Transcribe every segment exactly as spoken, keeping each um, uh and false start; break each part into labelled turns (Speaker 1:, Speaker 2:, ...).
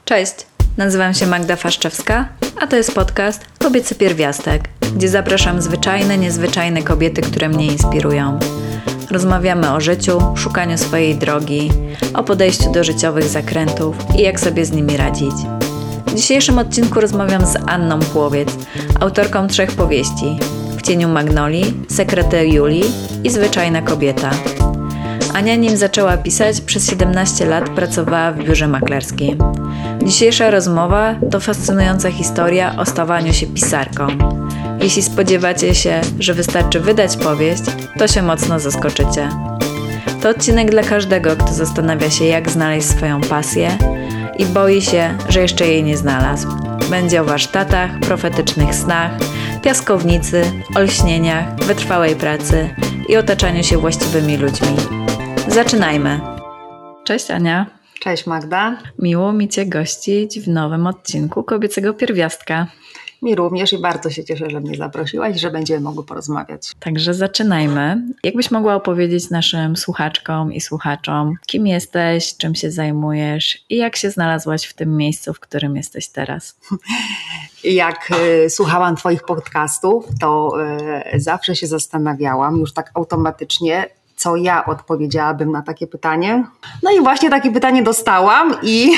Speaker 1: Cześć, nazywam się Magda Faszczewska, a to jest podcast Kobiecy Pierwiastek, gdzie zapraszam zwyczajne, niezwyczajne kobiety, które mnie inspirują. Rozmawiamy o życiu, szukaniu swojej drogi, o podejściu do życiowych zakrętów i jak sobie z nimi radzić. W dzisiejszym odcinku rozmawiam z Anną Płowiec, autorką trzech powieści: W cieniu magnolii, Sekrety Julii i Zwyczajna kobieta. Ania, nim zaczęła pisać, przez siedemnaście lat pracowała w biurze maklerskim. Dzisiejsza rozmowa to fascynująca historia o stawaniu się pisarką. Jeśli spodziewacie się, że wystarczy wydać powieść, to się mocno zaskoczycie. To odcinek dla każdego, kto zastanawia się, jak znaleźć swoją pasję i boi się, że jeszcze jej nie znalazł. Będzie o warsztatach, profetycznych snach, piaskownicy, olśnieniach, wytrwałej pracy i otaczaniu się właściwymi ludźmi. Zaczynajmy! Cześć Ania.
Speaker 2: Cześć Magda.
Speaker 1: Miło mi Cię gościć w nowym odcinku Kobiecego Pierwiastka.
Speaker 2: Mi również i bardzo się cieszę, że mnie zaprosiłaś, że będziemy mogły porozmawiać.
Speaker 1: Także zaczynajmy. Jakbyś mogła opowiedzieć naszym słuchaczkom i słuchaczom, kim jesteś, czym się zajmujesz i jak się znalazłaś w tym miejscu, w którym jesteś teraz?
Speaker 2: Jak y, słuchałam Twoich podcastów, to y, zawsze się zastanawiałam, już tak automatycznie, co ja odpowiedziałabym na takie pytanie. No i właśnie takie pytanie dostałam i...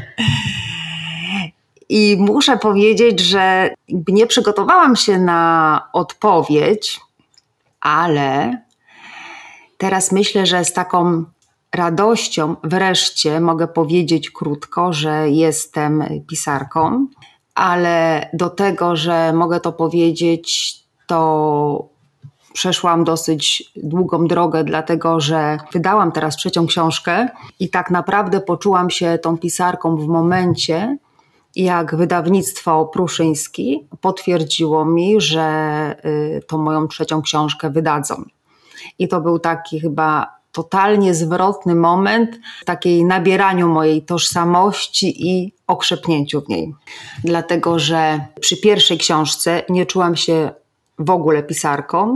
Speaker 2: I muszę powiedzieć, że nie przygotowałam się na odpowiedź, ale teraz myślę, że z taką radością wreszcie mogę powiedzieć krótko, że jestem pisarką, ale do tego, że mogę to powiedzieć, to przeszłam dosyć długą drogę, dlatego że wydałam teraz trzecią książkę i tak naprawdę poczułam się tą pisarką w momencie, jak wydawnictwo Pruszyński potwierdziło mi, że tą moją trzecią książkę wydadzą. I to był taki chyba totalnie zwrotny moment w takiej nabieraniu mojej tożsamości i okrzepnięciu w niej. Dlatego, że przy pierwszej książce nie czułam się w ogóle pisarką.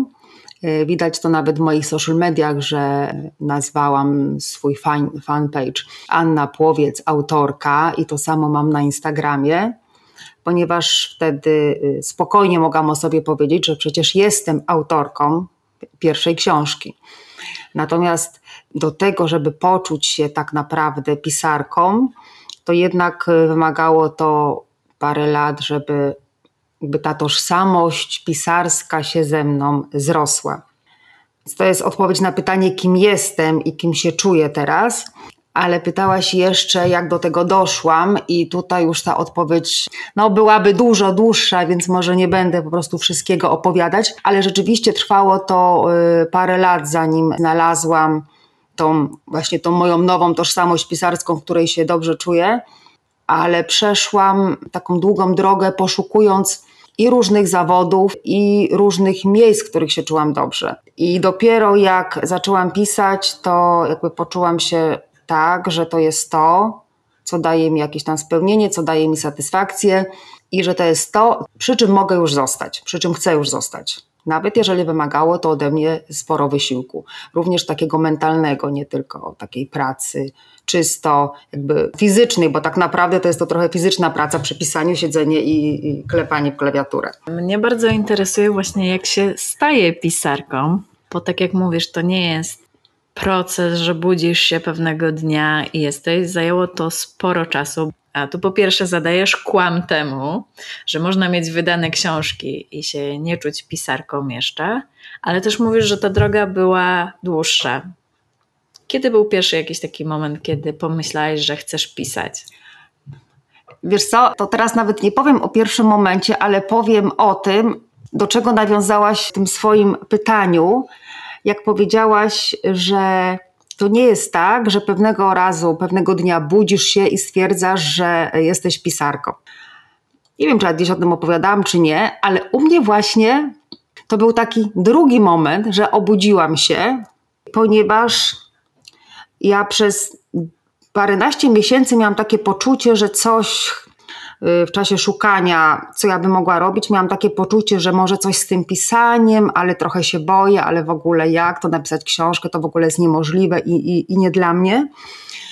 Speaker 2: Widać to nawet w moich social mediach, że nazwałam swój fan, fanpage Anna Płowiec, autorka, i to samo mam na Instagramie, ponieważ wtedy spokojnie mogłam o sobie powiedzieć, że przecież jestem autorką pierwszej książki. Natomiast do tego, żeby poczuć się tak naprawdę pisarką, to jednak wymagało to parę lat, żeby jakby ta tożsamość pisarska się ze mną zrosła. Więc to jest odpowiedź na pytanie, kim jestem i kim się czuję teraz, ale pytałaś jeszcze, jak do tego doszłam, i tutaj już ta odpowiedź no, byłaby dużo dłuższa, więc może nie będę po prostu wszystkiego opowiadać, ale rzeczywiście trwało to y, parę lat, zanim znalazłam tą właśnie tą moją nową tożsamość pisarską, w której się dobrze czuję, ale przeszłam taką długą drogę, poszukując i różnych zawodów, i różnych miejsc, w których się czułam dobrze. I dopiero jak zaczęłam pisać, to jakby poczułam się tak, że to jest to, co daje mi jakieś tam spełnienie, co daje mi satysfakcję i że to jest to, przy czym mogę już zostać, przy czym chcę już zostać. Nawet jeżeli wymagało to ode mnie sporo wysiłku, również takiego mentalnego, nie tylko takiej pracy czysto jakby fizycznej, bo tak naprawdę to jest to trochę fizyczna praca przy pisaniu, siedzenie i, i klepanie w klawiaturę.
Speaker 1: Mnie bardzo interesuje właśnie, jak się staje pisarką, bo tak jak mówisz, to nie jest proces, że budzisz się pewnego dnia i jesteś. Zajęło to sporo czasu. A tu po pierwsze zadajesz kłam temu, że można mieć wydane książki i się nie czuć pisarką jeszcze, ale też mówisz, że ta droga była dłuższa. Kiedy był pierwszy jakiś taki moment, kiedy pomyślałaś, że chcesz pisać?
Speaker 2: Wiesz co, to teraz nawet nie powiem o pierwszym momencie, ale powiem o tym, do czego nawiązałaś w tym swoim pytaniu, jak powiedziałaś, że to nie jest tak, że pewnego razu, pewnego dnia budzisz się i stwierdzasz, że jesteś pisarką. Nie wiem, czy ja gdzieś o tym opowiadałam, czy nie, ale u mnie właśnie to był taki drugi moment, że obudziłam się, ponieważ ja przez paręnaście miesięcy miałam takie poczucie, że coś w czasie szukania, co ja bym mogła robić, miałam takie poczucie, że może coś z tym pisaniem, ale trochę się boję, ale w ogóle jak to napisać książkę, to w ogóle jest niemożliwe i, i, i nie dla mnie.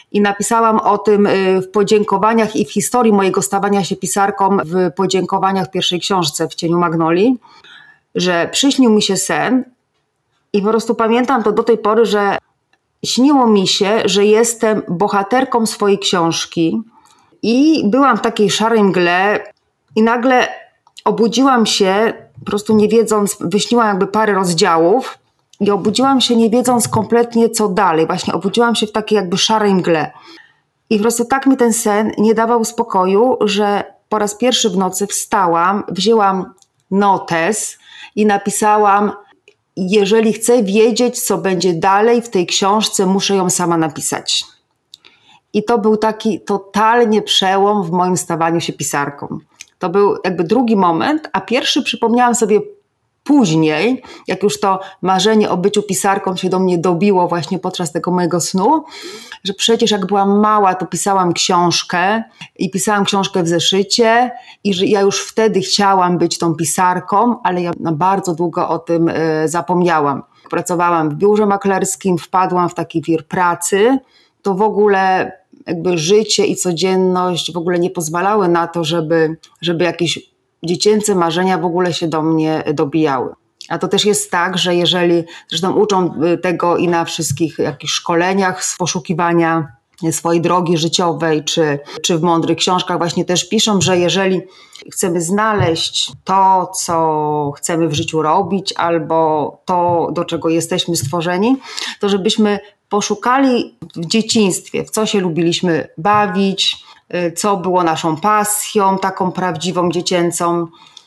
Speaker 2: I napisałam o tym w podziękowaniach i w historii mojego stawania się pisarką w podziękowaniach w pierwszej książce W cieniu magnolii, że przyśnił mi się sen i po prostu pamiętam to do tej pory, że śniło mi się, że jestem bohaterką swojej książki i byłam w takiej szarej mgle i nagle obudziłam się, po prostu nie wiedząc, wyśniłam jakby parę rozdziałów i obudziłam się nie wiedząc kompletnie co dalej. Właśnie obudziłam się w takiej jakby szarej mgle. I po prostu tak mi ten sen nie dawał spokoju, że po raz pierwszy w nocy wstałam, wzięłam notes i napisałam: jeżeli chcę wiedzieć, co będzie dalej w tej książce, muszę ją sama napisać. I to był taki totalnie przełom w moim stawaniu się pisarką. To był jakby drugi moment, a pierwszy przypomniałam sobie później, jak już to marzenie o byciu pisarką się do mnie dobiło właśnie podczas tego mojego snu, że przecież jak byłam mała, to pisałam książkę i pisałam książkę w zeszycie i że ja już wtedy chciałam być tą pisarką, ale ja na bardzo długo o tym y, zapomniałam. Pracowałam w biurze maklerskim, wpadłam w taki wir pracy, to w ogóle jakby życie i codzienność w ogóle nie pozwalały na to, żeby, żeby jakieś dziecięce marzenia w ogóle się do mnie dobijały. A to też jest tak, że jeżeli, zresztą uczą tego i na wszystkich jakichś szkoleniach z poszukiwania swojej drogi życiowej, czy, czy w mądrych książkach właśnie też piszą, że jeżeli chcemy znaleźć to, co chcemy w życiu robić, albo to, do czego jesteśmy stworzeni, to żebyśmy poszukali w dzieciństwie, w co się lubiliśmy bawić, co było naszą pasją, taką prawdziwą dziecięcą.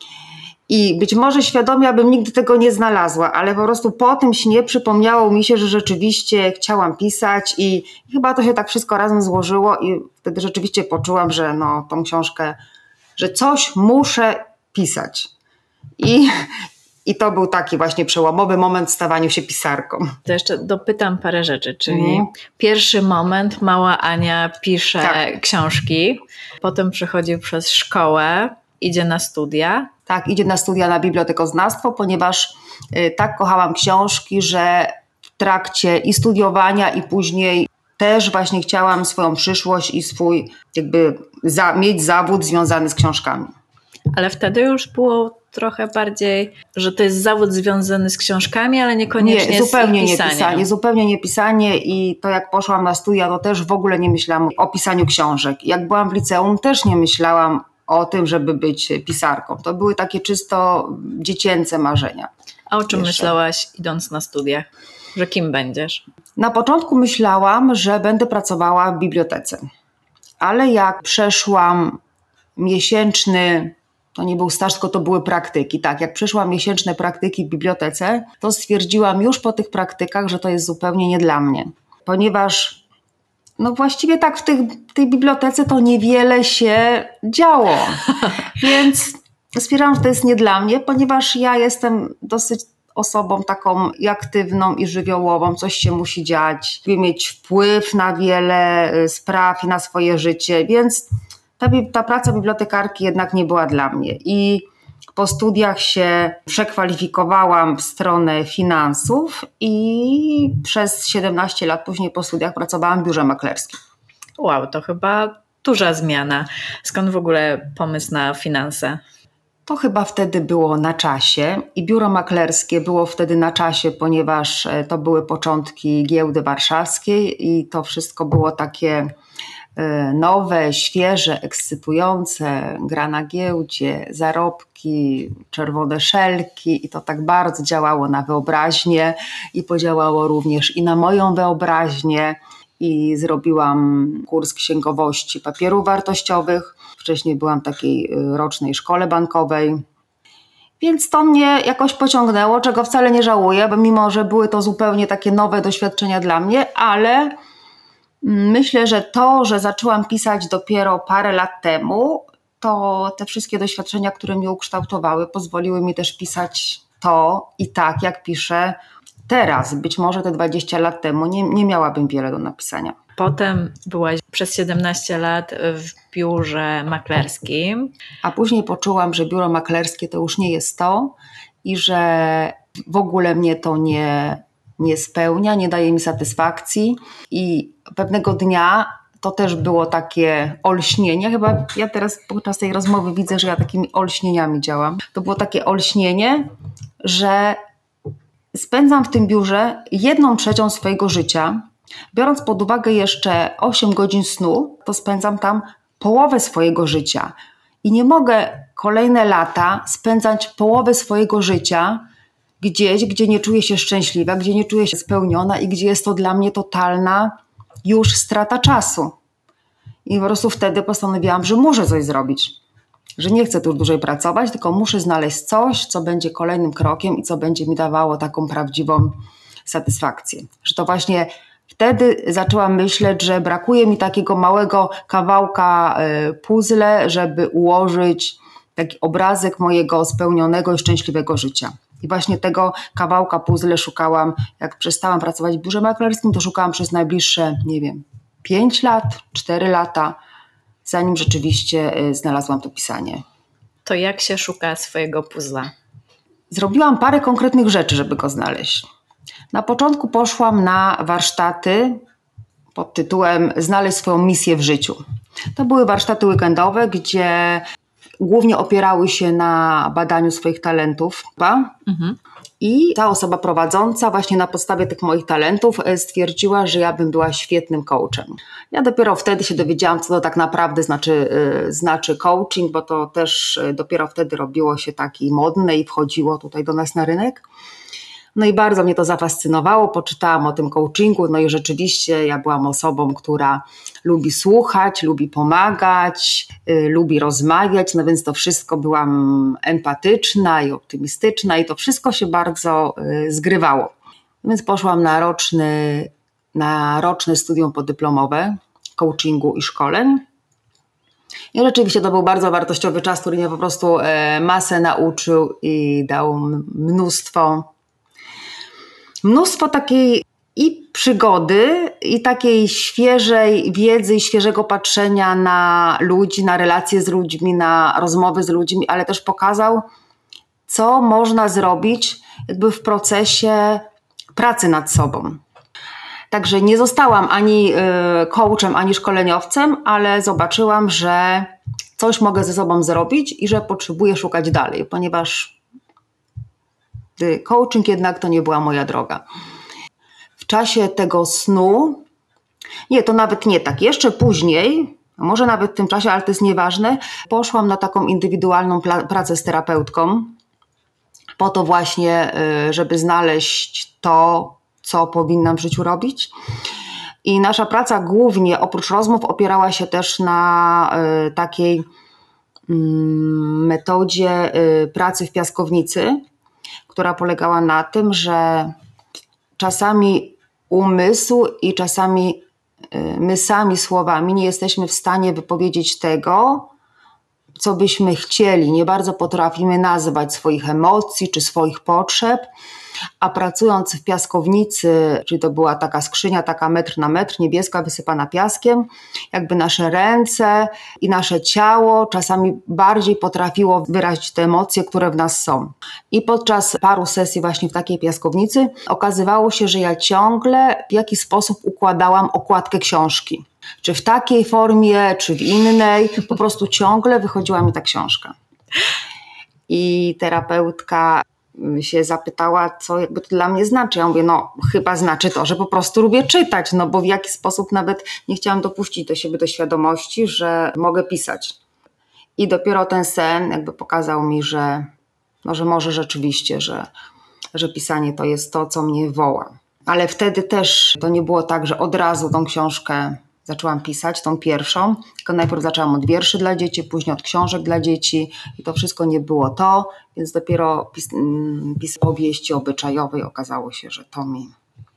Speaker 2: I być może świadomie abym nigdy tego nie znalazła, ale po prostu po tym śnie przypomniało mi się, że rzeczywiście chciałam pisać i chyba to się tak wszystko razem złożyło i wtedy rzeczywiście poczułam, że no tą książkę, że coś muszę pisać. I, i to był taki właśnie przełomowy moment w stawaniu się pisarką.
Speaker 1: To jeszcze dopytam parę rzeczy, czyli
Speaker 2: Mhm.
Speaker 1: pierwszy moment mała Ania pisze
Speaker 2: Tak.
Speaker 1: książki, potem przechodzi przez szkołę, idzie na studia.
Speaker 2: Tak, idzie na studia na bibliotekoznawstwo, ponieważ y, tak kochałam książki, że w trakcie i studiowania i później też właśnie chciałam swoją przyszłość i swój jakby za, mieć zawód związany z książkami.
Speaker 1: Ale wtedy już było trochę bardziej, że to jest zawód związany z książkami, ale niekoniecznie
Speaker 2: nie, zupełnie
Speaker 1: z
Speaker 2: nie
Speaker 1: pisaniem.
Speaker 2: pisanie, zupełnie nie pisanie i to jak poszłam na studia, to też w ogóle nie myślałam o pisaniu książek. Jak byłam w liceum, też nie myślałam o tym, żeby być pisarką. To były takie czysto dziecięce marzenia.
Speaker 1: A o czym
Speaker 2: Jeszcze.
Speaker 1: myślałaś idąc na studiach? Że kim będziesz?
Speaker 2: Na początku myślałam, że będę pracowała w bibliotece, ale jak przeszłam miesięczny, to nie był staż, tylko to były praktyki, tak, jak przeszłam miesięczne praktyki w bibliotece, to stwierdziłam już po tych praktykach, że to jest zupełnie nie dla mnie, ponieważ no właściwie tak w, tych, w tej bibliotece to niewiele się działo, więc stwierdziłam, że to jest nie dla mnie, ponieważ ja jestem dosyć osobą taką i aktywną i żywiołową, coś się musi dziać, lubię mieć wpływ na wiele spraw i na swoje życie, więc ta, ta praca bibliotekarki jednak nie była dla mnie i po studiach się przekwalifikowałam w stronę finansów i przez siedemnaście lat później po studiach pracowałam w biurze maklerskim.
Speaker 1: Wow, to chyba duża zmiana. Skąd w ogóle pomysł na finanse?
Speaker 2: To chyba wtedy było na czasie i biuro maklerskie było wtedy na czasie, ponieważ to były początki giełdy warszawskiej i to wszystko było takie nowe, świeże, ekscytujące, gra na giełdzie, zarobki, czerwone szelki i to tak bardzo działało na wyobraźnię i podziałało również i na moją wyobraźnię i zrobiłam kurs księgowości papierów wartościowych. Wcześniej byłam w takiej rocznej szkole bankowej, więc to mnie jakoś pociągnęło, czego wcale nie żałuję, bo mimo, że były to zupełnie takie nowe doświadczenia dla mnie, ale myślę, że to, że zaczęłam pisać dopiero parę lat temu, to te wszystkie doświadczenia, które mnie ukształtowały, pozwoliły mi też pisać to i tak, jak piszę teraz. Być może te dwadzieścia lat temu nie, nie miałabym wiele do napisania.
Speaker 1: Potem byłaś przez siedemnaście lat w biurze maklerskim.
Speaker 2: A później poczułam, że biuro maklerskie to już nie jest to i że w ogóle mnie to nie, nie spełnia, nie daje mi satysfakcji i pewnego dnia to też było takie olśnienie. Chyba ja teraz podczas tej rozmowy widzę, że ja takimi olśnieniami działam. To było takie olśnienie, że spędzam w tym biurze jedną trzecią swojego życia. Biorąc pod uwagę jeszcze osiem godzin snu, to spędzam tam połowę swojego życia. I nie mogę kolejne lata spędzać połowę swojego życia gdzieś, gdzie nie czuję się szczęśliwa, gdzie nie czuję się spełniona i gdzie jest to dla mnie totalna już strata czasu. I po prostu wtedy postanowiłam, że muszę coś zrobić. Że nie chcę tu dłużej pracować, tylko muszę znaleźć coś, co będzie kolejnym krokiem i co będzie mi dawało taką prawdziwą satysfakcję. Że to właśnie wtedy zaczęłam myśleć, że brakuje mi takiego małego kawałka puzzle, żeby ułożyć taki obrazek mojego spełnionego i szczęśliwego życia. I właśnie tego kawałka puzzle szukałam, jak przestałam pracować w biurze maklerskim, to szukałam przez najbliższe, nie wiem, pięć lat, cztery lata, zanim rzeczywiście znalazłam to pisanie.
Speaker 1: To jak się szuka swojego puzzla?
Speaker 2: Zrobiłam parę konkretnych rzeczy, żeby go znaleźć. Na początku poszłam na warsztaty pod tytułem Znaleźć swoją misję w życiu. To były warsztaty weekendowe, gdzie głównie opierały się na badaniu swoich talentów. Mhm. I ta osoba prowadząca właśnie na podstawie tych moich talentów stwierdziła, że ja bym była świetnym coachem. Ja dopiero wtedy się dowiedziałam, co to tak naprawdę znaczy, yy, znaczy coaching, bo to też dopiero wtedy robiło się taki modne i wchodziło tutaj do nas na rynek. No i bardzo mnie to zafascynowało, poczytałam o tym coachingu, no i rzeczywiście ja byłam osobą, która lubi słuchać, lubi pomagać, yy, lubi rozmawiać, no więc to wszystko byłam empatyczna i optymistyczna i to wszystko się bardzo yy, zgrywało. No więc poszłam na roczny, na roczne studium podyplomowe coachingu i szkoleń. I rzeczywiście to był bardzo wartościowy czas, który mnie po prostu yy, masę nauczył i dał mnóstwo Mnóstwo takiej i przygody, i takiej świeżej wiedzy, i świeżego patrzenia na ludzi, na relacje z ludźmi, na rozmowy z ludźmi, ale też pokazał, co można zrobić jakby w procesie pracy nad sobą. Także nie zostałam ani coachem, ani szkoleniowcem, ale zobaczyłam, że coś mogę ze sobą zrobić i że potrzebuję szukać dalej, ponieważ coaching jednak to nie była moja droga. W czasie tego snu, nie, to nawet nie tak, jeszcze później, może nawet w tym czasie, ale to jest nieważne, poszłam na taką indywidualną pla- pracę z terapeutką, po to właśnie, żeby znaleźć to, co powinnam w życiu robić. I nasza praca głównie, oprócz rozmów, opierała się też na y, takiej y, metodzie y, pracy w piaskownicy, która polegała na tym, że czasami umysł i czasami my sami słowami nie jesteśmy w stanie wypowiedzieć tego, co byśmy chcieli. Nie bardzo potrafimy nazwać swoich emocji czy swoich potrzeb, a pracując w piaskownicy, czyli to była taka skrzynia, taka metr na metr, niebieska, wysypana piaskiem, jakby nasze ręce i nasze ciało czasami bardziej potrafiło wyrazić te emocje, które w nas są. I podczas paru sesji właśnie w takiej piaskownicy okazywało się, że ja ciągle w jakiś sposób układałam okładkę książki. Czy w takiej formie, czy w innej, po prostu ciągle wychodziła mi ta książka. I terapeutka się zapytała, co jakby to dla mnie znaczy. Ja mówię, no chyba znaczy to, że po prostu lubię czytać, no bo w jaki sposób nawet nie chciałam dopuścić do siebie do świadomości, że mogę pisać. I dopiero ten sen jakby pokazał mi, że, no, że może rzeczywiście, że, że pisanie to jest to, co mnie woła. Ale wtedy też to nie było tak, że od razu tą książkę zaczęłam pisać, tą pierwszą, tylko najpierw zaczęłam od wierszy dla dzieci, później od książek dla dzieci i to wszystko nie było to, więc dopiero pis, pis powieści obyczajowej okazało się, że to mi,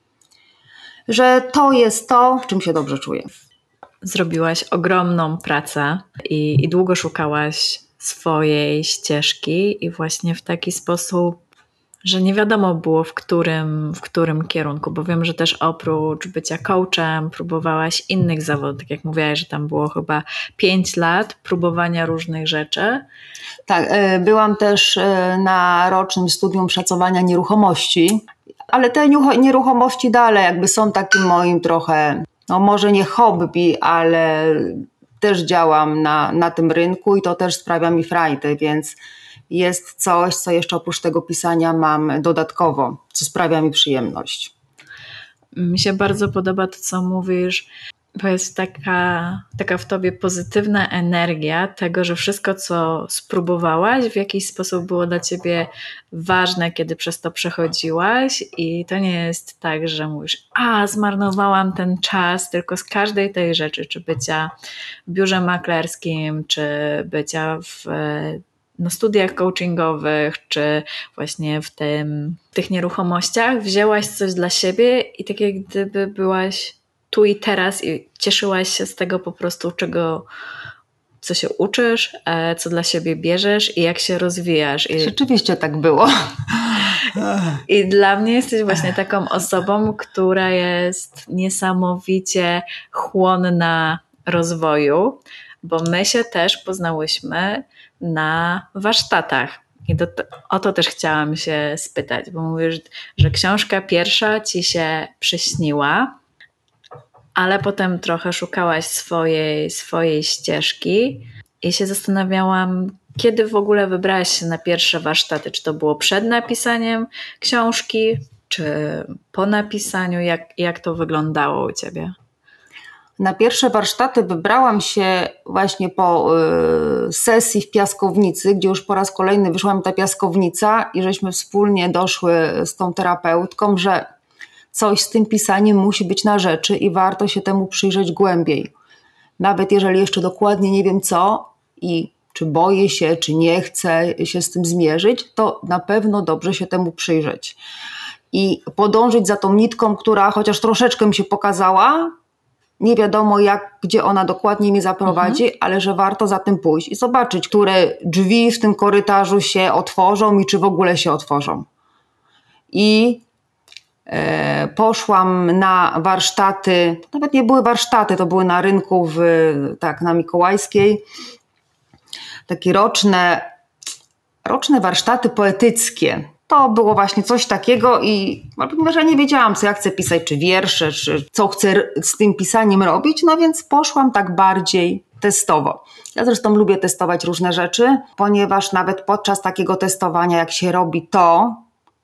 Speaker 2: że to jest to, w czym się dobrze czuję.
Speaker 1: Zrobiłaś ogromną pracę i, i długo szukałaś swojej ścieżki i właśnie w taki sposób, że nie wiadomo było w którym, w którym kierunku, bo wiem, że też oprócz bycia coachem próbowałaś innych zawodów, tak jak mówiłaś, że tam było chyba pięć lat próbowania różnych rzeczy.
Speaker 2: Tak, byłam też na rocznym studium szacowania nieruchomości, ale te nieruchomości dalej jakby są takim moim trochę, no może nie hobby, ale też działam na, na tym rynku i to też sprawia mi frajdę, więc jest coś, co jeszcze oprócz tego pisania mam dodatkowo, co sprawia mi przyjemność.
Speaker 1: Mi się bardzo podoba to, co mówisz, bo jest taka, taka w tobie pozytywna energia tego, że wszystko, co spróbowałaś, w jakiś sposób było dla ciebie ważne, kiedy przez to przechodziłaś i to nie jest tak, że mówisz, a zmarnowałam ten czas, tylko z każdej tej rzeczy, czy bycia w biurze maklerskim, czy bycia w na studiach coachingowych, czy właśnie w, tym, w tych nieruchomościach wzięłaś coś dla siebie i tak jak gdyby byłaś tu i teraz i cieszyłaś się z tego po prostu, czego, co się uczysz, co dla siebie bierzesz i jak się rozwijasz. I,
Speaker 2: Rzeczywiście tak było.
Speaker 1: I dla mnie jesteś właśnie taką osobą, która jest niesamowicie chłonna rozwoju, bo my się też poznałyśmy na warsztatach. I do, o to też chciałam się spytać, bo mówisz, że książka pierwsza ci się przyśniła, ale potem trochę szukałaś swojej, swojej ścieżki i się zastanawiałam, kiedy w ogóle wybrałaś się na pierwsze warsztaty? Czy to było przed napisaniem książki, czy po napisaniu? Jak, jak to wyglądało u ciebie?
Speaker 2: Na pierwsze warsztaty wybrałam się właśnie po y, sesji w piaskownicy, gdzie już po raz kolejny wyszła mi ta piaskownica i żeśmy wspólnie doszły z tą terapeutką, że coś z tym pisaniem musi być na rzeczy i warto się temu przyjrzeć głębiej. Nawet jeżeli jeszcze dokładnie nie wiem co i czy boję się, czy nie chcę się z tym zmierzyć, to na pewno dobrze się temu przyjrzeć. I podążyć za tą nitką, która chociaż troszeczkę mi się pokazała, nie wiadomo jak, gdzie ona dokładnie mnie zaprowadzi, mhm. ale że warto za tym pójść i zobaczyć, które drzwi w tym korytarzu się otworzą i czy w ogóle się otworzą. I e, poszłam na warsztaty, nawet nie były warsztaty, to były na rynku w, tak, na Mikołajskiej, takie roczne, roczne warsztaty poetyckie. To było właśnie coś takiego i że nie wiedziałam, co ja chcę pisać, czy wiersze, czy co chcę z tym pisaniem robić, no więc poszłam tak bardziej testowo. Ja zresztą lubię testować różne rzeczy, ponieważ nawet podczas takiego testowania, jak się robi to,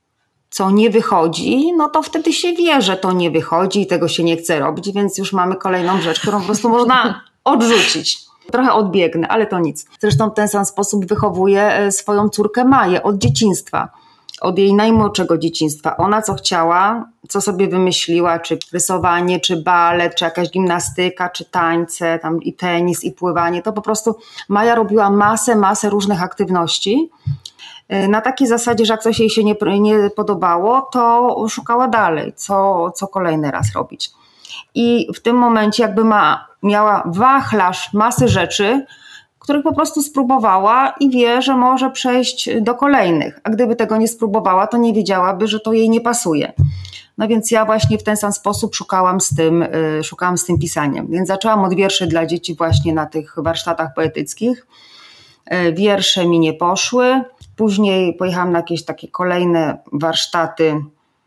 Speaker 2: co nie wychodzi, no to wtedy się wie, że to nie wychodzi i tego się nie chce robić, więc już mamy kolejną rzecz, którą po prostu można odrzucić. Trochę odbiegnę, ale to nic. Zresztą w ten sam sposób wychowuję swoją córkę Maję od dzieciństwa. Od jej najmłodszego dzieciństwa. Ona co chciała, co sobie wymyśliła, czy rysowanie, czy balet, czy jakaś gimnastyka, czy tańce, tam i tenis, i pływanie, to po prostu Maja robiła masę, masę różnych aktywności. Na takiej zasadzie, że jak coś jej się nie, nie podobało, to szukała dalej, co, co kolejny raz robić. I w tym momencie jakby ma, miała wachlarz masy rzeczy, których po prostu spróbowała i wie, że może przejść do kolejnych. A gdyby tego nie spróbowała, to nie wiedziałaby, że to jej nie pasuje. No więc ja właśnie w ten sam sposób szukałam z tym, yy, szukałam z tym pisaniem. Więc zaczęłam od wierszy dla dzieci właśnie na tych warsztatach poetyckich. Yy, wiersze mi nie poszły. Później pojechałam na jakieś takie kolejne warsztaty,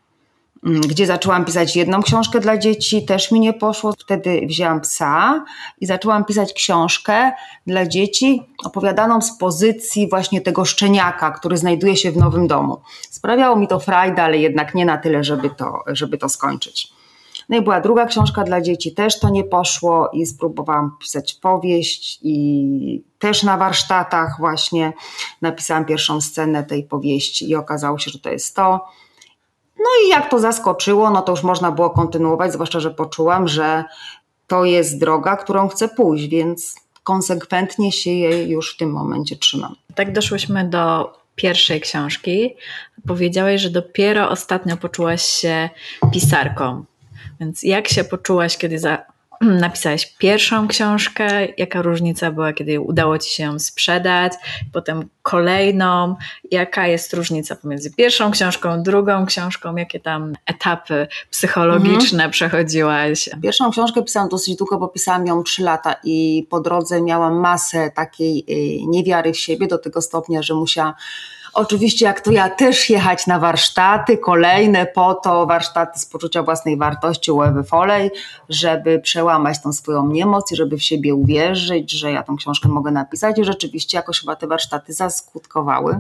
Speaker 2: gdzie zaczęłam pisać jedną książkę dla dzieci, też mi nie poszło. Wtedy wzięłam psa i zaczęłam pisać książkę dla dzieci opowiadaną z pozycji właśnie tego szczeniaka, który znajduje się w nowym domu. Sprawiało mi to frajdę, ale jednak nie na tyle, żeby to, żeby to skończyć. No i była druga książka dla dzieci, też to nie poszło i spróbowałam pisać powieść i też na warsztatach właśnie napisałam pierwszą scenę tej powieści i okazało się, że to jest to. No i jak to zaskoczyło, no to już można było kontynuować, zwłaszcza, że poczułam, że to jest droga, którą chcę pójść, więc konsekwentnie się jej już w tym momencie trzymam.
Speaker 1: Tak doszłyśmy do pierwszej książki. Powiedziałaś, że dopiero ostatnio poczułaś się pisarką. Więc jak się poczułaś, kiedy za... napisałaś pierwszą książkę? Jaka różnica była, kiedy udało ci się ją sprzedać? Potem kolejną. Jaka jest różnica pomiędzy pierwszą książką, drugą książką? Jakie tam etapy psychologiczne mhm. przechodziłaś?
Speaker 2: Pierwszą książkę pisałam dosyć długo, bo pisałam ją trzy lata i po drodze miałam masę takiej niewiary w siebie do tego stopnia, że musiałam Oczywiście jak to ja też jechać na warsztaty, kolejne po to warsztaty z poczucia własnej wartości u Ewy Folej, żeby przełamać tą swoją niemoc i żeby w siebie uwierzyć, że ja tą książkę mogę napisać i rzeczywiście jakoś chyba te warsztaty zaskutkowały,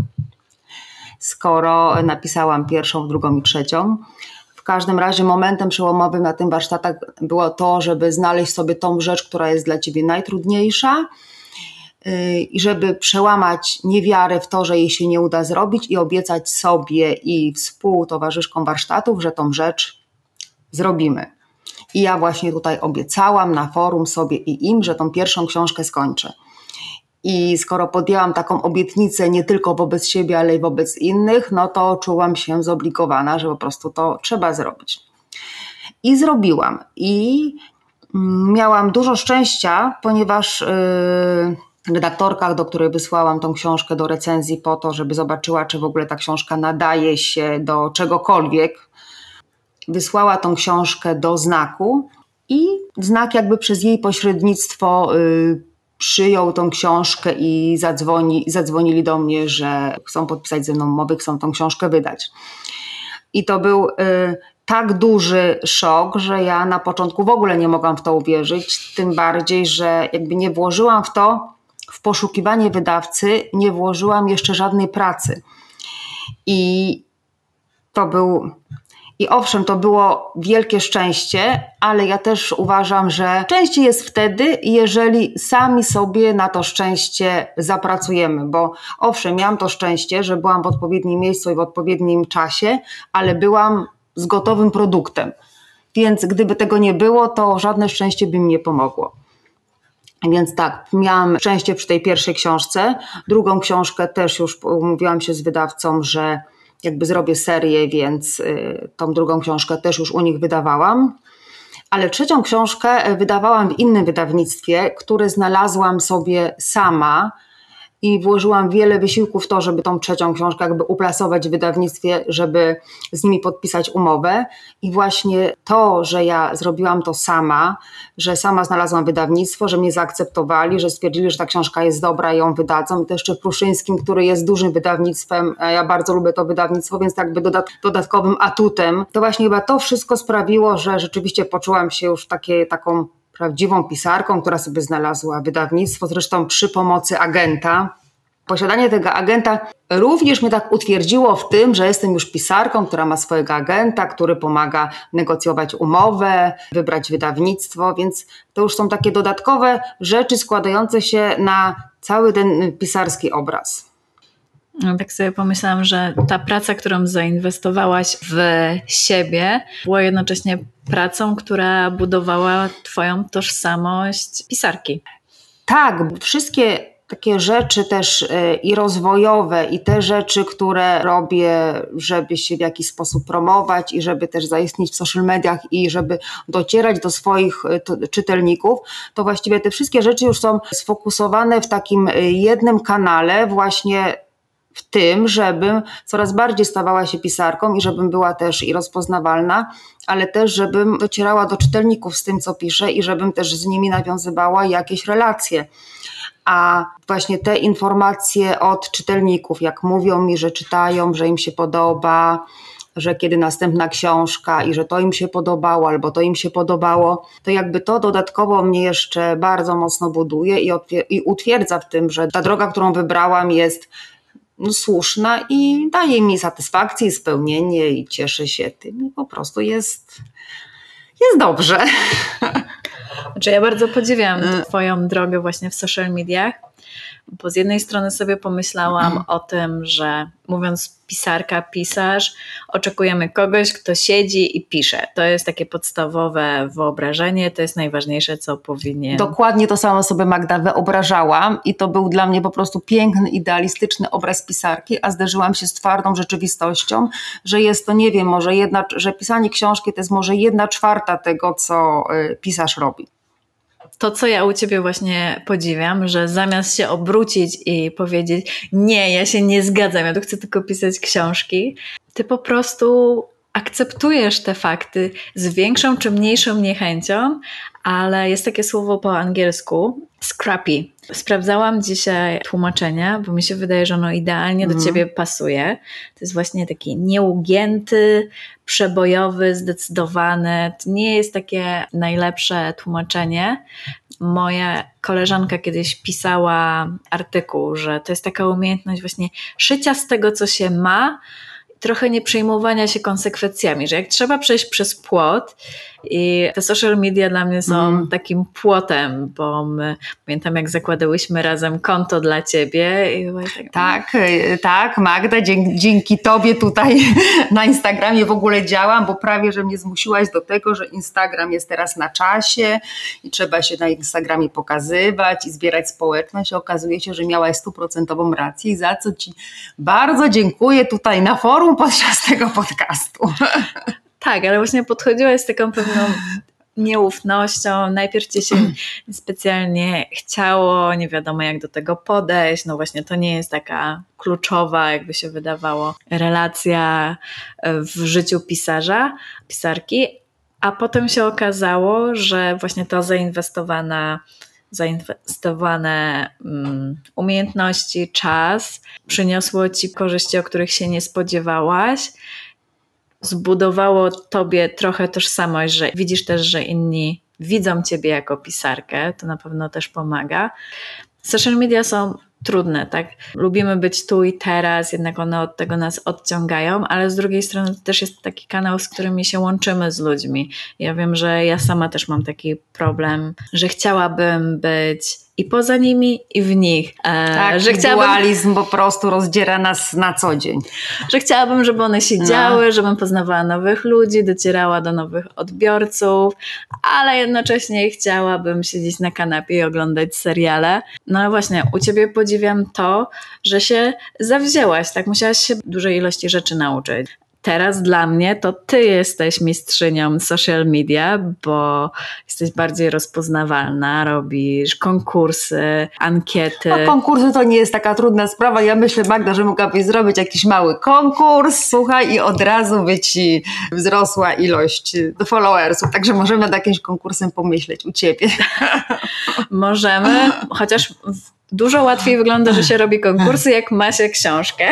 Speaker 2: skoro napisałam pierwszą, drugą i trzecią. W każdym razie momentem przełomowym na tym warsztatach było to, żeby znaleźć sobie tą rzecz, która jest dla ciebie najtrudniejsza i żeby przełamać niewiarę w to, że jej się nie uda zrobić i obiecać sobie i współtowarzyszkom warsztatów, że tą rzecz zrobimy. I ja właśnie tutaj obiecałam na forum sobie i im, że tą pierwszą książkę skończę. I skoro podjęłam taką obietnicę nie tylko wobec siebie, ale i wobec innych, no to czułam się zobligowana, że po prostu to trzeba zrobić. I zrobiłam. I miałam dużo szczęścia, ponieważ yy, redaktorka, do której wysłałam tą książkę do recenzji po to, żeby zobaczyła, czy w ogóle ta książka nadaje się do czegokolwiek, wysłała tą książkę do Znaku i Znak jakby przez jej pośrednictwo yy, przyjął tą książkę i zadzwoni, zadzwonili do mnie, że chcą podpisać ze mną umowę, chcą tą książkę wydać. I to był y, tak duży szok, że ja na początku w ogóle nie mogłam w to uwierzyć, tym bardziej, że jakby nie włożyłam w to, w poszukiwanie wydawcy, nie włożyłam jeszcze żadnej pracy. I to był... I owszem, to było wielkie szczęście, ale ja też uważam, że szczęście jest wtedy, jeżeli sami sobie na to szczęście zapracujemy, bo owszem, miałam to szczęście, że byłam w odpowiednim miejscu i w odpowiednim czasie, ale byłam z gotowym produktem, więc gdyby tego nie było, to żadne szczęście by mi nie pomogło. Więc tak, miałam szczęście przy tej pierwszej książce, drugą książkę też już umówiłam się z wydawcą, że jakby zrobię serię, więc y, tą drugą książkę też już u nich wydawałam. Ale trzecią książkę wydawałam w innym wydawnictwie, które znalazłam sobie sama i włożyłam wiele wysiłku w to, żeby tą trzecią książkę jakby uplasować w wydawnictwie, żeby z nimi podpisać umowę. I właśnie to, że ja zrobiłam to sama, że sama znalazłam wydawnictwo, że mnie zaakceptowali, że stwierdzili, że ta książka jest dobra i ją wydadzą. I to jeszcze w Pruszyńskim, który jest dużym wydawnictwem, a ja bardzo lubię to wydawnictwo, więc jakby dodat- dodatkowym atutem. To właśnie chyba to wszystko sprawiło, że rzeczywiście poczułam się już takie, taką prawdziwą pisarką, która sobie znalazła wydawnictwo, zresztą przy pomocy agenta. Posiadanie tego agenta również mnie tak utwierdziło w tym, że jestem już pisarką, która ma swojego agenta, który pomaga negocjować umowę, wybrać wydawnictwo, więc to już są takie dodatkowe rzeczy składające się na cały ten pisarski obraz.
Speaker 1: No, tak sobie pomyślałam, że ta praca, którą zainwestowałaś w siebie, była jednocześnie pracą, która budowała twoją tożsamość pisarki.
Speaker 2: Tak, wszystkie takie rzeczy też i rozwojowe, i te rzeczy, które robię, żeby się w jakiś sposób promować i żeby też zaistnieć w social mediach i żeby docierać do swoich czytelników, to właściwie te wszystkie rzeczy już są sfokusowane w takim jednym kanale, właśnie w tym, żebym coraz bardziej stawała się pisarką i żebym była też i rozpoznawalna, ale też żebym docierała do czytelników z tym, co piszę i żebym też z nimi nawiązywała jakieś relacje. A właśnie te informacje od czytelników, jak mówią mi, że czytają, że im się podoba, że kiedy następna książka i że to im się podobało albo to im się podobało, to jakby to dodatkowo mnie jeszcze bardzo mocno buduje i, otwier- i utwierdza w tym, że ta droga, którą wybrałam, jest no, słuszna i daje mi satysfakcję, spełnienie i cieszę się tym i po prostu jest, jest dobrze.
Speaker 1: Znaczy ja bardzo podziwiam twoją drogę właśnie w social mediach, bo z jednej strony sobie pomyślałam o tym, że mówiąc pisarka, pisarz, oczekujemy kogoś, kto siedzi i pisze. To jest takie podstawowe wyobrażenie, to jest najważniejsze, co powinien...
Speaker 2: Dokładnie to samo sobie, Magda, wyobrażałam i to był dla mnie po prostu piękny, idealistyczny obraz pisarki, a zderzyłam się z twardą rzeczywistością, że jest to, nie wiem, może jedna, że pisanie książki to jest może jedna czwarta tego, co pisarz robi.
Speaker 1: To, co ja u ciebie właśnie podziwiam, że zamiast się obrócić i powiedzieć nie, ja się nie zgadzam, ja tu chcę tylko pisać książki, ty po prostu akceptujesz te fakty z większą czy mniejszą niechęcią, ale jest takie słowo po angielsku scrappy, Sprawdzałam dzisiaj tłumaczenia, bo mi się wydaje, że ono idealnie do
Speaker 2: Mhm.
Speaker 1: ciebie pasuje. To jest właśnie taki nieugięty, przebojowy, zdecydowany. To nie jest takie najlepsze tłumaczenie. Moja koleżanka kiedyś pisała artykuł, że to jest taka umiejętność właśnie szycia z tego, co się ma, trochę nie przejmowania się konsekwencjami, że jak trzeba przejść przez płot i te social media dla mnie są
Speaker 2: Mm.
Speaker 1: takim płotem, bo my, pamiętam jak zakładałyśmy razem konto dla ciebie i była tak,
Speaker 2: Tak, y, tak, Magda, dzięki, dzięki tobie tutaj na Instagramie w ogóle działam, bo prawie, że mnie zmusiłaś do tego, że Instagram jest teraz na czasie i trzeba się na Instagramie pokazywać i zbierać społeczność. Okazuje się, że miałaś stuprocentową rację, za co ci bardzo dziękuję tutaj na forum podczas tego podcastu.
Speaker 1: tak, ale właśnie podchodziłaś z taką pewną nieufnością. Najpierw ci się specjalnie chciało, nie wiadomo jak do tego podejść. No właśnie to nie jest taka kluczowa, jakby się wydawało, relacja w życiu pisarza, pisarki. A potem się okazało, że właśnie to zainwestowana zainwestowane um, umiejętności, czas przyniosło ci korzyści, o których się nie spodziewałaś. Zbudowało tobie trochę tożsamość, że widzisz też, że inni widzą ciebie jako pisarkę, to na pewno też pomaga. Social media są trudne, tak? Lubimy być tu i teraz, jednak one od tego nas odciągają, ale z drugiej strony to też jest taki kanał, z którymi się łączymy z ludźmi. Ja wiem, że ja sama też mam taki problem, że chciałabym być i poza nimi, i w nich. E,
Speaker 2: Tak,
Speaker 1: że chciałabym,
Speaker 2: dualizm po prostu rozdziera nas na co dzień.
Speaker 1: że chciałabym, żeby one się
Speaker 2: No.
Speaker 1: działy, żebym poznawała nowych ludzi, docierała do nowych odbiorców, ale jednocześnie chciałabym siedzieć na kanapie i oglądać seriale. No ale właśnie, u ciebie podziwiam to, że się zawzięłaś, tak? Musiałaś się dużej ilości rzeczy nauczyć. Teraz dla mnie to ty jesteś mistrzynią social media, bo jesteś bardziej rozpoznawalna, robisz konkursy, ankiety.
Speaker 2: No, konkursy to nie jest taka trudna sprawa. Ja myślę, Magda, że mogłabyś zrobić jakiś mały konkurs, słuchaj, i od razu by ci wzrosła ilość followersów. Także możemy nad jakimś konkursem pomyśleć u ciebie.
Speaker 1: Możemy, chociaż dużo łatwiej wygląda, że się robi konkursy, jak ma się książkę.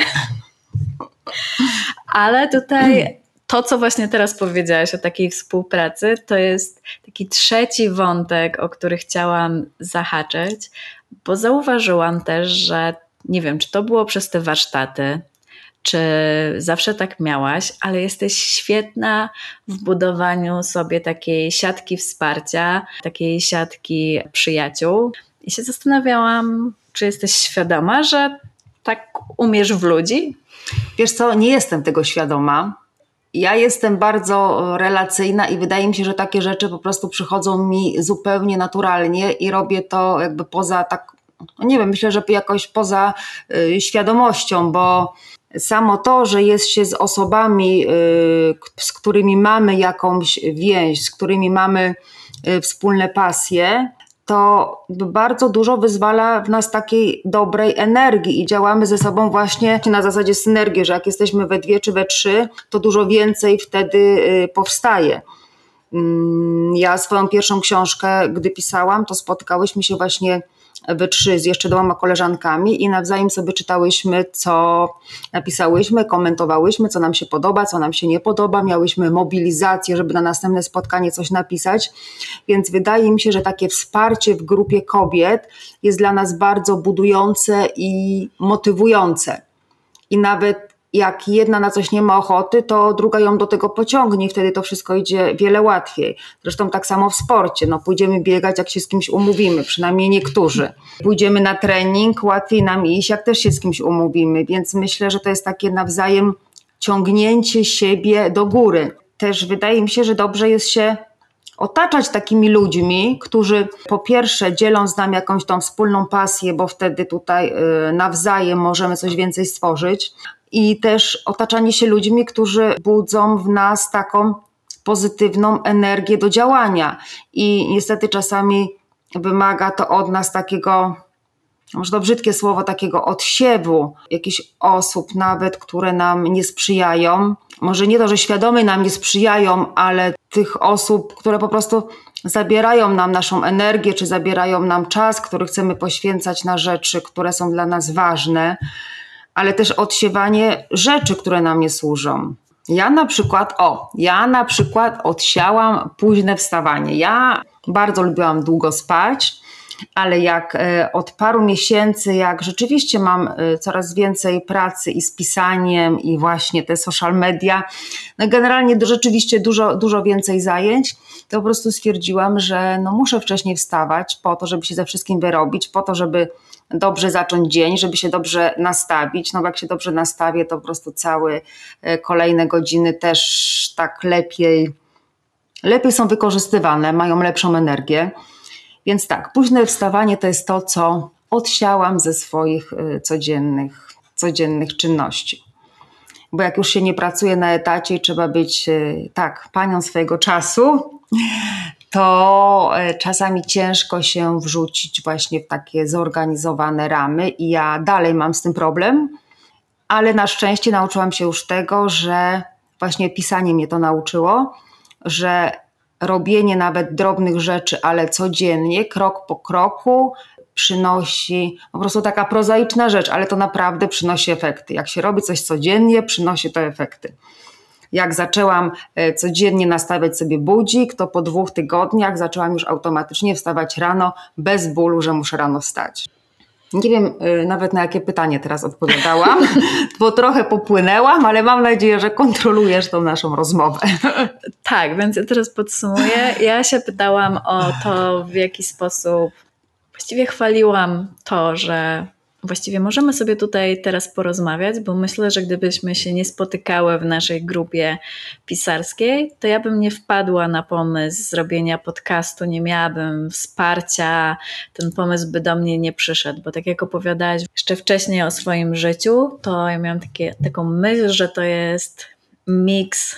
Speaker 1: Ale tutaj to, co właśnie teraz powiedziałaś o takiej współpracy, to jest taki trzeci wątek, o który chciałam zahaczyć, bo zauważyłam też, że nie wiem, czy to było przez te warsztaty, czy zawsze tak miałaś, ale jesteś świetna w budowaniu sobie takiej siatki wsparcia, takiej siatki przyjaciół. I się zastanawiałam, czy jesteś świadoma, że tak umiesz w ludzi?
Speaker 2: Wiesz co, nie jestem tego świadoma. Ja jestem bardzo relacyjna i wydaje mi się, że takie rzeczy po prostu przychodzą mi zupełnie naturalnie i robię to jakby poza tak, no nie wiem, myślę, że jakoś poza y, świadomością, bo samo to, że jest się z osobami, y, z którymi mamy jakąś więź, z którymi mamy y, wspólne pasje, to bardzo dużo wyzwala w nas takiej dobrej energii i działamy ze sobą właśnie na zasadzie synergii, że jak jesteśmy we dwie czy we trzy, to dużo więcej wtedy powstaje. Ja swoją pierwszą książkę, gdy pisałam, to spotkałyśmy się właśnie we trzy z jeszcze dwoma koleżankami i nawzajem sobie czytałyśmy, co napisałyśmy, komentowałyśmy, co nam się podoba, co nam się nie podoba. Miałyśmy mobilizację, żeby na następne spotkanie coś napisać, więc wydaje mi się, że takie wsparcie w grupie kobiet jest dla nas bardzo budujące i motywujące. I nawet jak jedna na coś nie ma ochoty, to druga ją do tego pociągnie i wtedy to wszystko idzie wiele łatwiej. Zresztą tak samo w sporcie. No, pójdziemy biegać, jak się z kimś umówimy, przynajmniej niektórzy. Pójdziemy na trening, łatwiej nam iść, jak też się z kimś umówimy. Więc myślę, że to jest takie nawzajem ciągnięcie siebie do góry. Też wydaje mi się, że dobrze jest się otaczać takimi ludźmi, którzy po pierwsze dzielą z nami jakąś tą wspólną pasję, bo wtedy tutaj nawzajem możemy coś więcej stworzyć. I też otaczanie się ludźmi, którzy budzą w nas taką pozytywną energię do działania. I niestety czasami wymaga to od nas takiego może to brzydkie słowo, takiego odsiewu jakichś osób nawet, które nam nie sprzyjają. Może nie to, że świadomie nam nie sprzyjają, ale tych osób, które po prostu zabierają nam naszą energię, czy zabierają nam czas, który chcemy poświęcać na rzeczy, które są dla nas ważne, ale też odsiewanie rzeczy, które nam nie służą. Ja na przykład, o, ja na przykład odsiałam późne wstawanie. Ja bardzo lubiłam długo spać, ale jak od paru miesięcy, jak rzeczywiście mam coraz więcej pracy i z pisaniem i właśnie te social media, no generalnie rzeczywiście dużo, dużo więcej zajęć, to po prostu stwierdziłam, że no muszę wcześniej wstawać po to, żeby się ze wszystkim wyrobić, po to, żeby dobrze zacząć dzień, żeby się dobrze nastawić. No bo jak się dobrze nastawię, to po prostu całe kolejne godziny też tak lepiej, lepiej są wykorzystywane, mają lepszą energię. Więc tak, późne wstawanie to jest to, co odsiałam ze swoich codziennych, codziennych czynności. Bo jak już się nie pracuje na etacie i trzeba być tak panią swojego czasu, to czasami ciężko się wrzucić właśnie w takie zorganizowane ramy i ja dalej mam z tym problem, ale na szczęście nauczyłam się już tego, że właśnie pisanie mnie to nauczyło, że robienie nawet drobnych rzeczy, ale codziennie, krok po kroku przynosi, po prostu taka prozaiczna rzecz, ale to naprawdę przynosi efekty. Jak się robi coś codziennie, przynosi to efekty. Jak zaczęłam codziennie nastawiać sobie budzik, to po dwóch tygodniach zaczęłam już automatycznie wstawać rano bez bólu, że muszę rano wstać. Nie wiem nawet na jakie pytanie teraz odpowiadałam, bo trochę popłynęłam, ale mam nadzieję, że kontrolujesz tą naszą rozmowę.
Speaker 1: Tak, więc ja teraz podsumuję. Ja się pytałam o to, w jaki sposób właściwie chwaliłam to, że właściwie możemy sobie tutaj teraz porozmawiać, bo myślę, że gdybyśmy się nie spotykały w naszej grupie pisarskiej, to ja bym nie wpadła na pomysł zrobienia podcastu, nie miałabym wsparcia, ten pomysł by do mnie nie przyszedł, bo tak jak opowiadałaś jeszcze wcześniej o swoim życiu, to ja miałam takie, taką myśl, że to jest miks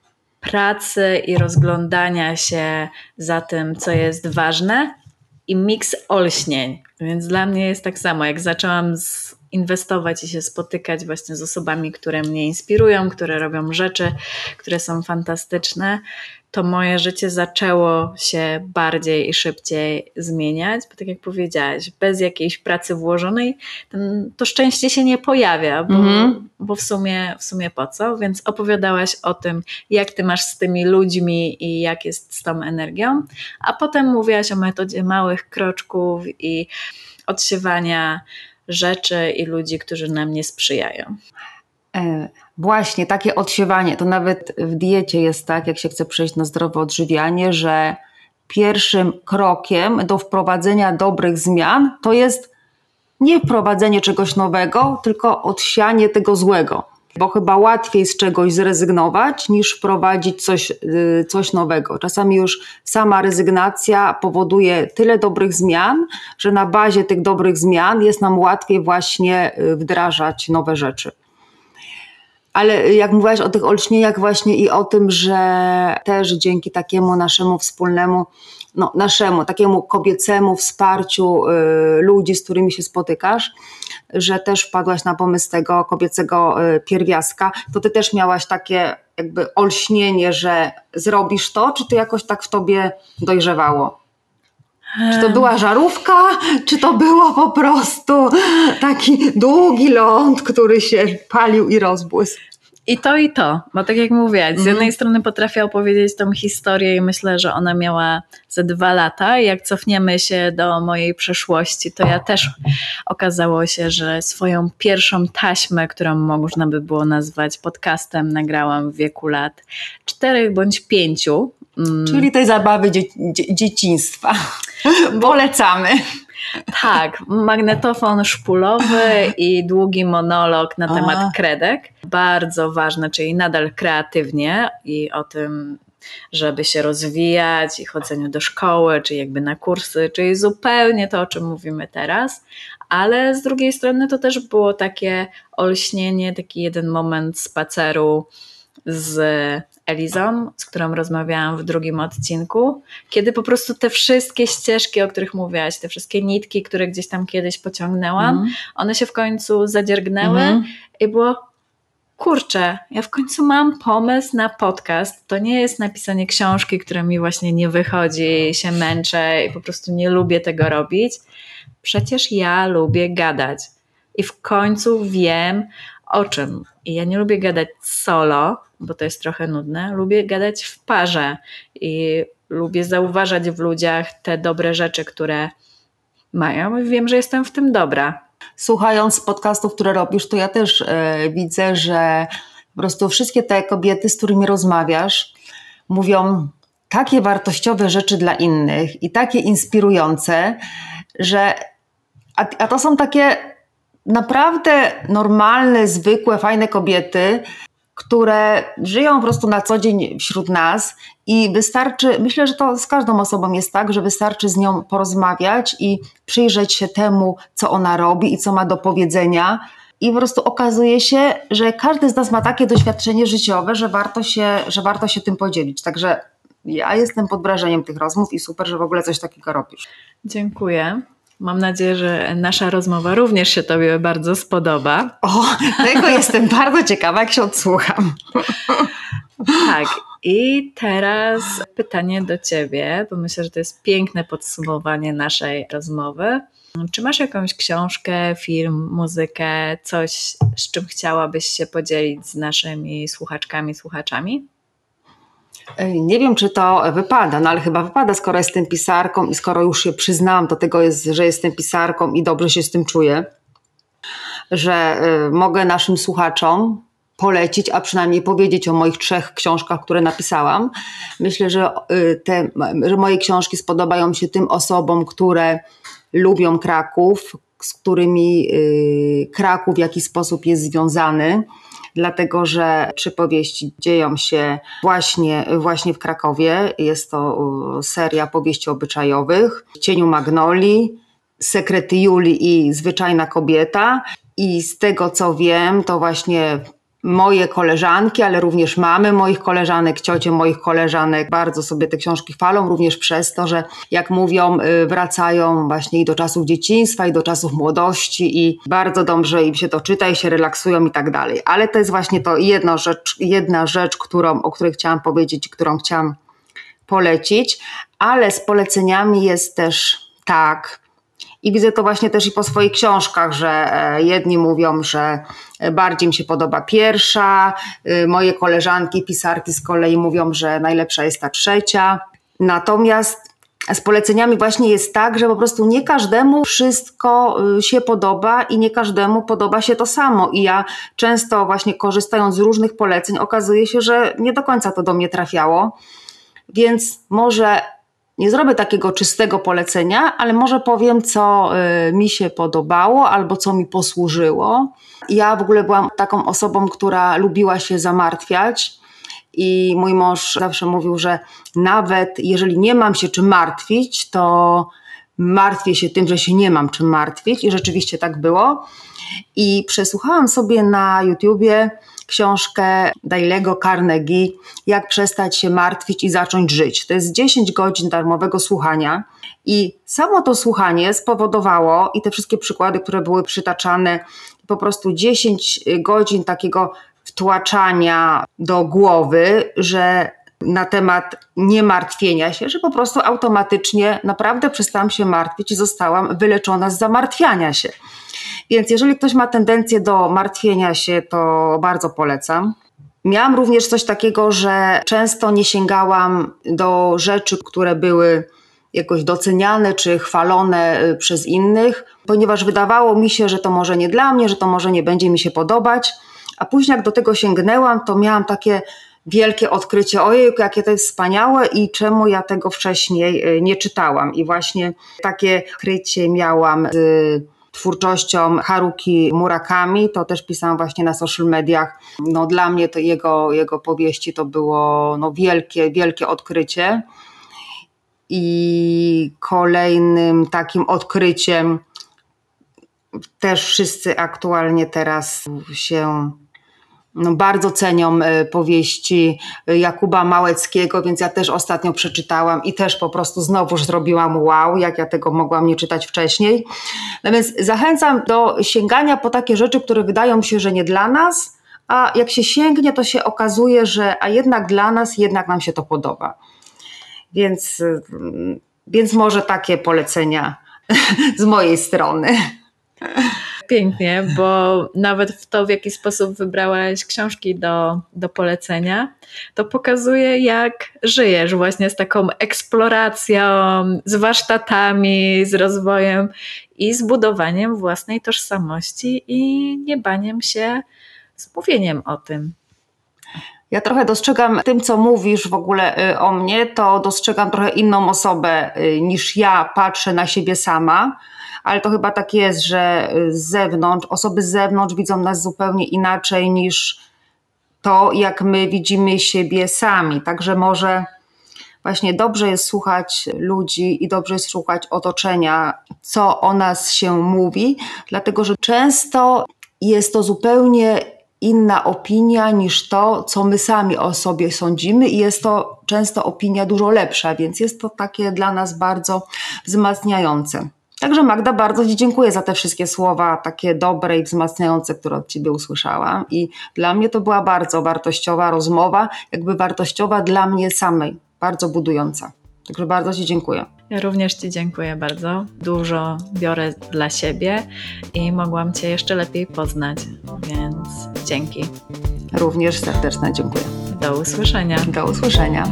Speaker 1: pracy i rozglądania się za tym, co jest ważne, i miks olśnień. Więc dla mnie jest tak samo, jak zaczęłam inwestować i się spotykać właśnie z osobami, które mnie inspirują, które robią rzeczy, które są fantastyczne, to moje życie zaczęło się bardziej i szybciej zmieniać, bo tak jak powiedziałaś, bez jakiejś pracy włożonej ten, to szczęście się nie pojawia, bo, mm. bo w sumie, w sumie po co? Więc opowiadałaś o tym, jak ty masz z tymi ludźmi i jak jest z tą energią, a potem mówiłaś o metodzie małych kroczków i odsiewania rzeczy i ludzi, którzy nam nie sprzyjają.
Speaker 2: E, właśnie, takie odsiewanie, to nawet w diecie jest tak, jak się chce przejść na zdrowe odżywianie, że pierwszym krokiem do wprowadzenia dobrych zmian to jest nie wprowadzenie czegoś nowego, tylko odsianie tego złego. Bo chyba łatwiej z czegoś zrezygnować, niż wprowadzić coś, coś nowego. Czasami już sama rezygnacja powoduje tyle dobrych zmian, że na bazie tych dobrych zmian jest nam łatwiej właśnie wdrażać nowe rzeczy. Ale jak mówiłaś o tych olśnieniach właśnie i o tym, że też dzięki takiemu naszemu wspólnemu, no naszemu takiemu kobiecemu wsparciu y, ludzi, z którymi się spotykasz, że też wpadłaś na pomysł tego kobiecego y, pierwiastka, to ty też miałaś takie jakby olśnienie, że zrobisz to, czy to jakoś tak w tobie dojrzewało? Czy to była żarówka, czy to było po prostu taki długi ląd, który się palił i rozbłysł?
Speaker 1: I to, i to, bo tak jak mówiłaś, z jednej mm. strony potrafię opowiedzieć tą historię i myślę, że ona miała ze dwa lata i jak cofniemy się do mojej przeszłości, to ja też okazało się, że swoją pierwszą taśmę, którą można by było nazwać podcastem, nagrałam w wieku lat czterech bądź pięciu.
Speaker 2: Czyli tej zabawy dzie- dzie- dzieciństwa. Polecamy.
Speaker 1: Tak, magnetofon szpulowy i długi monolog na temat A. kredek. Bardzo ważne, czyli nadal kreatywnie i o tym, żeby się rozwijać i chodzeniu do szkoły, czy jakby na kursy, czyli zupełnie to, o czym mówimy teraz. Ale z drugiej strony to też było takie olśnienie, taki jeden moment spaceru z Elizą, z którą rozmawiałam w drugim odcinku, kiedy po prostu te wszystkie ścieżki, o których mówiłaś, te wszystkie nitki, które gdzieś tam kiedyś pociągnęłam, mm. one się w końcu zadziergnęły mm. i było kurczę, ja w końcu mam pomysł na podcast. To nie jest napisanie książki, która mi właśnie nie wychodzi, się męczę i po prostu nie lubię tego robić. Przecież ja lubię gadać i w końcu wiem o czym. I ja nie lubię gadać solo, bo to jest trochę nudne. Lubię gadać w parze i lubię zauważać w ludziach te dobre rzeczy, które mają i wiem, że jestem w tym dobra.
Speaker 2: Słuchając podcastów, które robisz, to ja też e, widzę, że po prostu wszystkie te kobiety, z którymi rozmawiasz, mówią takie wartościowe rzeczy dla innych i takie inspirujące, że a, a to są takie naprawdę normalne, zwykłe, fajne kobiety, które żyją po prostu na co dzień wśród nas i wystarczy, myślę, że to z każdą osobą jest tak, że wystarczy z nią porozmawiać i przyjrzeć się temu, co ona robi i co ma do powiedzenia i po prostu okazuje się, że każdy z nas ma takie doświadczenie życiowe, że warto się, że warto się tym podzielić. Także ja jestem pod wrażeniem tych rozmów i super, że w ogóle coś takiego robisz.
Speaker 1: Dziękuję. Mam nadzieję, że nasza rozmowa również się Tobie bardzo spodoba.
Speaker 2: O, tego jestem bardzo ciekawa, jak się odsłucham.
Speaker 1: Tak, i teraz pytanie do Ciebie, bo myślę, że to jest piękne podsumowanie naszej rozmowy. Czy masz jakąś książkę, film, muzykę, coś, z czym chciałabyś się podzielić z naszymi słuchaczkami, słuchaczami?
Speaker 2: Nie wiem, czy to wypada, no ale chyba wypada, skoro jestem pisarką i skoro już się przyznałam do tego, jest, że jestem pisarką i dobrze się z tym czuję, że y, mogę naszym słuchaczom polecić, a przynajmniej powiedzieć o moich trzech książkach, które napisałam. Myślę, że, y, te, że moje książki spodobają się tym osobom, które lubią Kraków, z którymi y, Kraków w jakiś sposób jest związany, dlatego że trzy powieści dzieją się właśnie, właśnie w Krakowie. Jest to seria powieści obyczajowych, W cieniu magnolii, Sekrety Julii i Zwyczajna kobieta. I z tego co wiem, to właśnie moje koleżanki, ale również mamy moich koleżanek, ciocie moich koleżanek bardzo sobie te książki chwalą, również przez to, że jak mówią, wracają właśnie i do czasów dzieciństwa, i do czasów młodości i bardzo dobrze im się to czyta i się relaksują i tak dalej. Ale to jest właśnie to jedna rzecz, jedna rzecz, którą, o której chciałam powiedzieć, którą chciałam polecić, ale z poleceniami jest też tak, i widzę to właśnie też i po swoich książkach, że jedni mówią, że bardziej mi się podoba pierwsza, moje koleżanki, pisarki z kolei mówią, że najlepsza jest ta trzecia. Natomiast z poleceniami właśnie jest tak, że po prostu nie każdemu wszystko się podoba i nie każdemu podoba się to samo. I ja często właśnie korzystając z różnych poleceń okazuje się, że nie do końca to do mnie trafiało. Więc może nie zrobię takiego czystego polecenia, ale może powiem, co y, mi się podobało albo co mi posłużyło. Ja w ogóle byłam taką osobą, która lubiła się zamartwiać i mój mąż zawsze mówił, że nawet jeżeli nie mam się czym martwić, to martwię się tym, że się nie mam czym martwić i rzeczywiście tak było. I przesłuchałam sobie na YouTubie książkę Dalego Carnegie Jak przestać się martwić i zacząć żyć. To jest dziesięć godzin darmowego słuchania i samo to słuchanie spowodowało i te wszystkie przykłady, które były przytaczane, po prostu dziesięć godzin takiego wtłaczania do głowy, że na temat niemartwienia się, że po prostu automatycznie naprawdę przestałam się martwić i zostałam wyleczona z zamartwiania się. Więc jeżeli ktoś ma tendencję do martwienia się, to bardzo polecam. Miałam również coś takiego, że często nie sięgałam do rzeczy, które były jakoś doceniane czy chwalone przez innych, ponieważ wydawało mi się, że to może nie dla mnie, że to może nie będzie mi się podobać, a później jak do tego sięgnęłam, to miałam takie wielkie odkrycie, ojej, jakie to jest wspaniałe i czemu ja tego wcześniej nie czytałam. I właśnie takie odkrycie miałam z twórczością Haruki Murakami, to też pisałam właśnie na social mediach. No, dla mnie to jego, jego powieści to było no, wielkie, wielkie odkrycie. I kolejnym takim odkryciem też wszyscy aktualnie teraz się no, bardzo cenią powieści Jakuba Małeckiego, więc ja też ostatnio przeczytałam i też po prostu znowuż zrobiłam wow, jak ja tego mogłam nie czytać wcześniej. No więc zachęcam do sięgania po takie rzeczy, które wydają się, że nie dla nas, a jak się sięgnie, to się okazuje, że a jednak dla nas, jednak nam się to podoba. Więc, więc może takie polecenia z mojej strony.
Speaker 1: Pięknie, bo nawet w to, w jaki sposób wybrałaś książki do, do polecenia, to pokazuje, jak żyjesz właśnie z taką eksploracją, z warsztatami, z rozwojem i z budowaniem własnej tożsamości i nie baniem się z mówieniem o tym.
Speaker 2: Ja trochę dostrzegam tym, co mówisz w ogóle o mnie, to dostrzegam trochę inną osobę niż ja patrzę na siebie sama, ale to chyba tak jest, że z zewnątrz, osoby z zewnątrz widzą nas zupełnie inaczej niż to, jak my widzimy siebie sami. Także może właśnie dobrze jest słuchać ludzi i dobrze jest słuchać otoczenia, co o nas się mówi, dlatego że często jest to zupełnie inna opinia niż to, co my sami o sobie sądzimy i jest to często opinia dużo lepsza, więc jest to takie dla nas bardzo wzmacniające. Także Magda, bardzo Ci dziękuję za te wszystkie słowa takie dobre i wzmacniające, które od Ciebie usłyszałam i dla mnie to była bardzo wartościowa rozmowa, jakby wartościowa dla mnie samej, bardzo budująca. Także bardzo Ci dziękuję.
Speaker 1: Ja również Ci dziękuję bardzo. Dużo biorę dla siebie i mogłam Cię jeszcze lepiej poznać, więc dzięki.
Speaker 2: Również serdeczne dziękuję.
Speaker 1: Do usłyszenia.
Speaker 2: Do usłyszenia.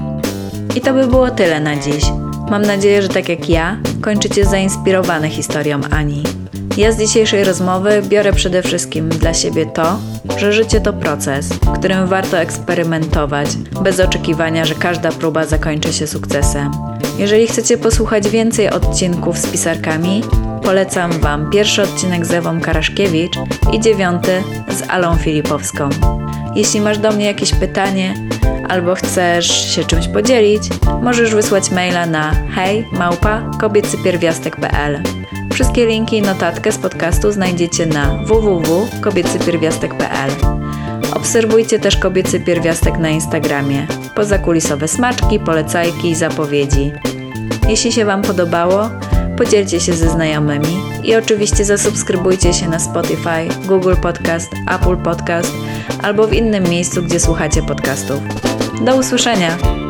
Speaker 1: I to by było tyle na dziś. Mam nadzieję, że tak jak ja, kończycie zainspirowane historią Ani. Ja z dzisiejszej rozmowy biorę przede wszystkim dla siebie to, że życie to proces, w którym warto eksperymentować, bez oczekiwania, że każda próba zakończy się sukcesem. Jeżeli chcecie posłuchać więcej odcinków z pisarkami, polecam Wam pierwszy odcinek z Ewą Karaszkiewicz i dziewiąty z Alą Filipowską. Jeśli masz do mnie jakieś pytanie albo chcesz się czymś podzielić, możesz wysłać maila na hej małpa kobiecypierwiastek kropka p l. Wszystkie linki i notatkę z podcastu znajdziecie na w w w kropka kobiecypierwiastek kropka p l. Obserwujcie też Kobiecy Pierwiastek na Instagramie. Pozakulisowe smaczki, polecajki i zapowiedzi. Jeśli się Wam podobało, podzielcie się ze znajomymi i oczywiście zasubskrybujcie się na Spotify, Google Podcast, Apple Podcast albo w innym miejscu, gdzie słuchacie podcastów. Do usłyszenia!